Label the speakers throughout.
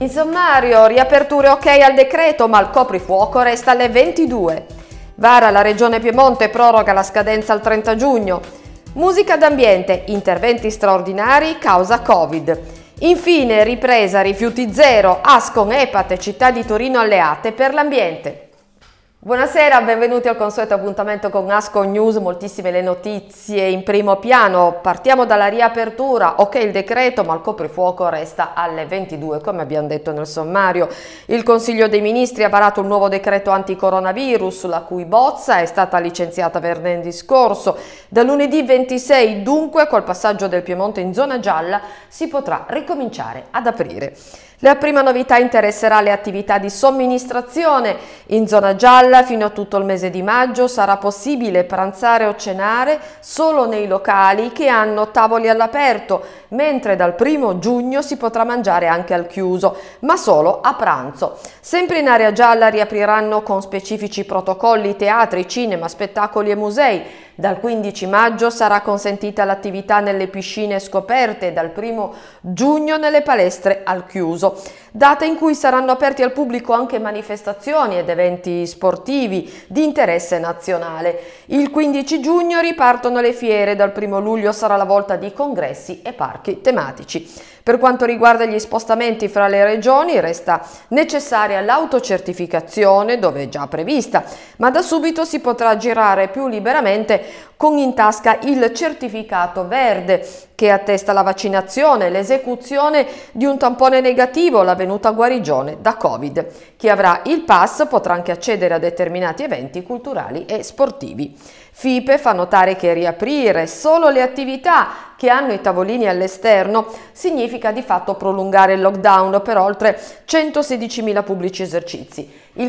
Speaker 1: In sommario, riaperture ok al decreto, ma il coprifuoco resta alle 22. Vara la Regione Piemonte, proroga la scadenza al 30 giugno. Musica d'ambiente, interventi straordinari causa Covid. Infine, ripresa, rifiuti zero, Ascon, Epate, città di Torino alleate per l'ambiente. Buonasera, benvenuti al consueto appuntamento con Ascon News, moltissime le notizie in primo piano. Partiamo dalla riapertura, ok il decreto ma il coprifuoco resta alle 22 come abbiamo detto nel sommario. Il Consiglio dei Ministri ha varato un nuovo decreto anticoronavirus la cui bozza è stata licenziata venerdì scorso. Da lunedì 26 dunque col passaggio del Piemonte in zona gialla si potrà ricominciare ad aprire. La prima novità interesserà le attività di somministrazione. In zona gialla fino a tutto il mese di maggio sarà possibile pranzare o cenare solo nei locali che hanno tavoli all'aperto, mentre dal 1 giugno si potrà mangiare anche al chiuso, ma solo a pranzo. Sempre in area gialla riapriranno con specifici protocolli teatri, cinema, spettacoli e musei. Dal 15 maggio sarà consentita l'attività nelle piscine scoperte e dal 1 giugno nelle palestre al chiuso. Data in cui saranno aperti al pubblico anche manifestazioni ed eventi sportivi di interesse nazionale. Il 15 giugno ripartono le fiere, dal 1 luglio sarà la volta di congressi e parchi tematici. Per quanto riguarda gli spostamenti fra le regioni, resta necessaria l'autocertificazione, dove è già prevista, ma da subito si potrà girare più liberamente con in tasca il certificato verde che attesta la vaccinazione, l'esecuzione di un tampone negativo, la venuta guarigione da Covid. Chi avrà il pass potrà anche accedere a determinati eventi culturali e sportivi. FIPE fa notare che riaprire solo le attività che hanno i tavolini all'esterno significa di fatto prolungare il lockdown per oltre 116.000 pubblici esercizi. Il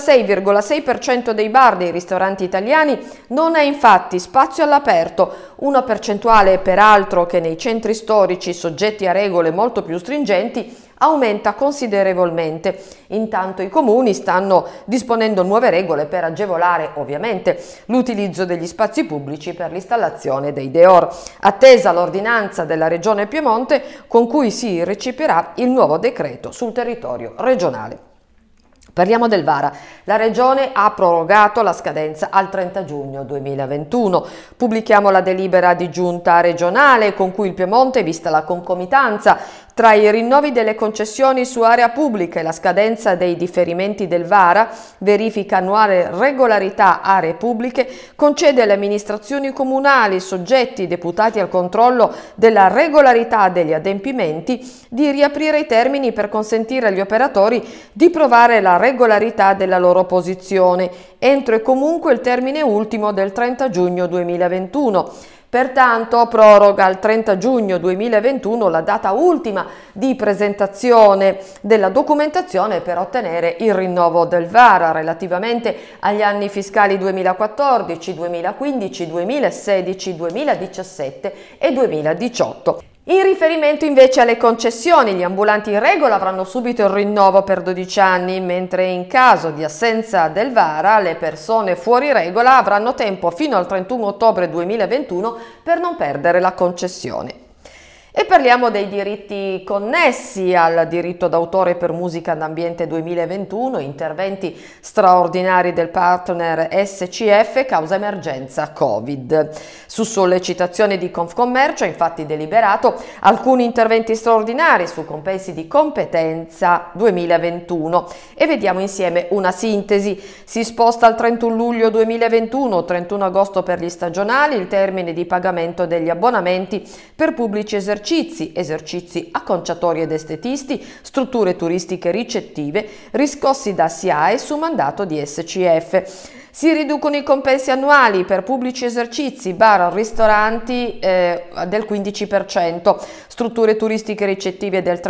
Speaker 1: 46,6% dei bar dei ristoranti italiani non ha infatti spazio all'aperto, una percentuale peraltro che nei centri storici soggetti a regole molto più stringenti aumenta considerevolmente. Intanto i comuni stanno disponendo nuove regole per agevolare ovviamente l'utilizzo degli spazi pubblici per l'installazione dei Deor, attesa l'ordinanza della Regione Piemonte con cui si recepirà il nuovo decreto sul territorio regionale. Parliamo del Vara. La Regione ha prorogato la scadenza al 30 giugno 2021. Pubblichiamo la delibera di giunta regionale con cui il Piemonte, vista la concomitanza tra i rinnovi delle concessioni su area pubblica e la scadenza dei differimenti del Vara, verifica annuale regolarità aree pubbliche, concede alle amministrazioni comunali, soggetti deputati al controllo della regolarità degli adempimenti, di riaprire i termini per consentire agli operatori di provare la regolarità della loro posizione entro e comunque il termine ultimo del 30 giugno 2021. Pertanto proroga al 30 giugno 2021 la data ultima di presentazione della documentazione per ottenere il rinnovo del Vara relativamente agli anni fiscali 2014, 2015, 2016, 2017 e 2018. In riferimento invece alle concessioni, gli ambulanti in regola avranno subito il rinnovo per 12 anni, mentre in caso di assenza del Vara le persone fuori regola avranno tempo fino al 31 ottobre 2021 per non perdere la concessione. E parliamo dei diritti connessi al diritto d'autore per musica d'ambiente 2021, interventi straordinari del partner SCF causa emergenza Covid. Su sollecitazione di Confcommercio ha infatti deliberato alcuni interventi straordinari su compensi di competenza 2021 e vediamo insieme una sintesi. Si sposta al 31 luglio 2021, 31 agosto per gli stagionali, il termine di pagamento degli abbonamenti per pubblici esercizi acconciatori ed estetisti, strutture turistiche ricettive, riscossi da SIAE su mandato di SCF. Si riducono i compensi annuali per pubblici esercizi, bar, ristoranti del 15%, strutture turistiche ricettive del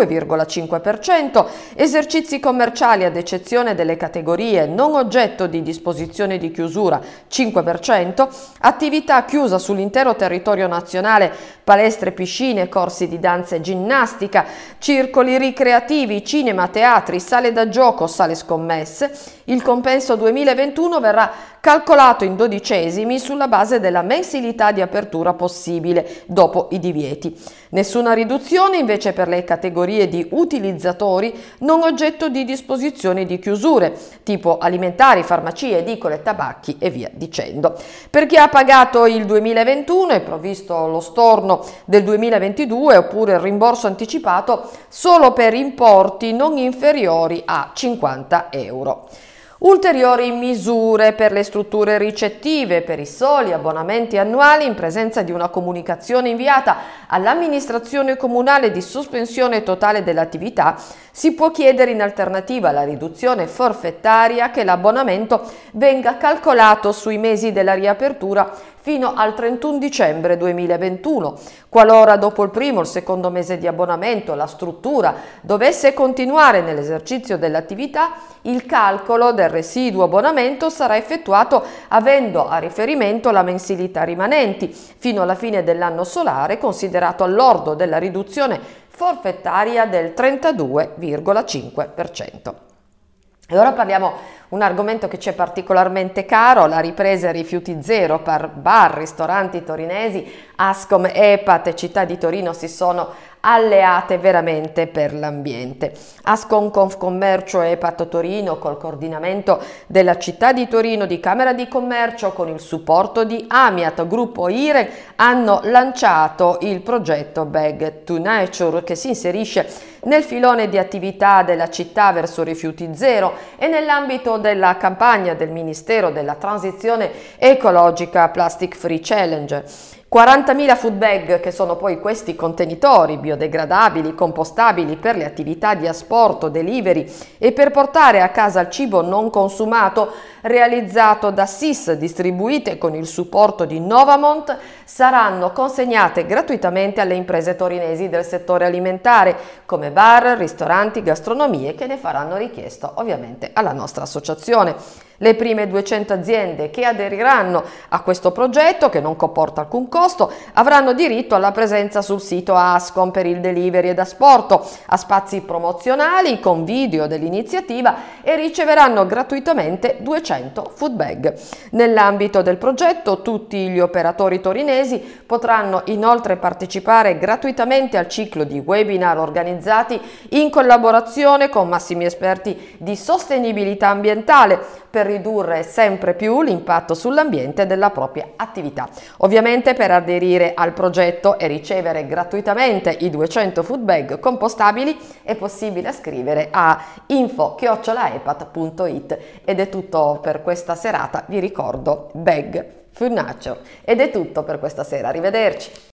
Speaker 1: 32,5%, esercizi commerciali ad eccezione delle categorie non oggetto di disposizione di chiusura 5%, attività chiusa sull'intero territorio nazionale, palestre, piscine, corsi di danza e ginnastica, circoli ricreativi, cinema, teatri, sale da gioco, sale scommesse. Il compenso 2021 2021 verrà calcolato in dodicesimi sulla base della mensilità di apertura possibile dopo i divieti. Nessuna riduzione invece per le categorie di utilizzatori non oggetto di disposizioni di chiusure, tipo alimentari, farmacie, edicole, tabacchi e via dicendo. Per chi ha pagato il 2021 è provvisto lo storno del 2022 oppure il rimborso anticipato solo per importi non inferiori a 50 euro. Ulteriori misure per le strutture ricettive per i soli abbonamenti annuali in presenza di una comunicazione inviata all'amministrazione comunale di sospensione totale dell'attività. Si può chiedere in alternativa alla riduzione forfettaria che l'abbonamento venga calcolato sui mesi della riapertura fino al 31 dicembre 2021. Qualora dopo il primo o il secondo mese di abbonamento la struttura dovesse continuare nell'esercizio dell'attività, il calcolo del residuo abbonamento sarà effettuato avendo a riferimento la mensilità rimanenti fino alla fine dell'anno solare, considerato all'ordo della riduzione forfettaria del 32,5%. E ora parliamo un argomento che ci è particolarmente caro, la ripresa e rifiuti zero per bar, ristoranti torinesi. Ascom, EPAT e Città di Torino si sono alleate veramente per l'ambiente. Ascom Confcommercio e EPAT Torino, col coordinamento della Città di Torino, di Camera di Commercio, con il supporto di Amiat, gruppo IRE, hanno lanciato il progetto Bag to Nature, che si inserisce nel filone di attività della città verso rifiuti zero e nell'ambito della campagna del Ministero della Transizione Ecologica Plastic Free Challenge. 40.000 food bag, che sono poi questi contenitori biodegradabili, compostabili per le attività di asporto, delivery e per portare a casa il cibo non consumato, realizzato da SIS, distribuite con il supporto di Novamont, saranno consegnate gratuitamente alle imprese torinesi del settore alimentare, come bar, ristoranti, gastronomie, che ne faranno richiesta ovviamente alla nostra associazione. Le prime 200 aziende che aderiranno a questo progetto, che non comporta alcun costo, avranno diritto alla presenza sul sito Ascom per il delivery ed asporto, a spazi promozionali con video dell'iniziativa e riceveranno gratuitamente 200 food bag. Nell'ambito del progetto tutti gli operatori torinesi potranno inoltre partecipare gratuitamente al ciclo di webinar organizzati in collaborazione con massimi esperti di sostenibilità ambientale per ridurre sempre più l'impatto sull'ambiente della propria attività. Ovviamente per aderire al progetto e ricevere gratuitamente i 200 food bag compostabili è possibile scrivere a info@epat.it ed è tutto per questa serata. Vi ricordo Bag for Nature ed è tutto per questa sera. Arrivederci.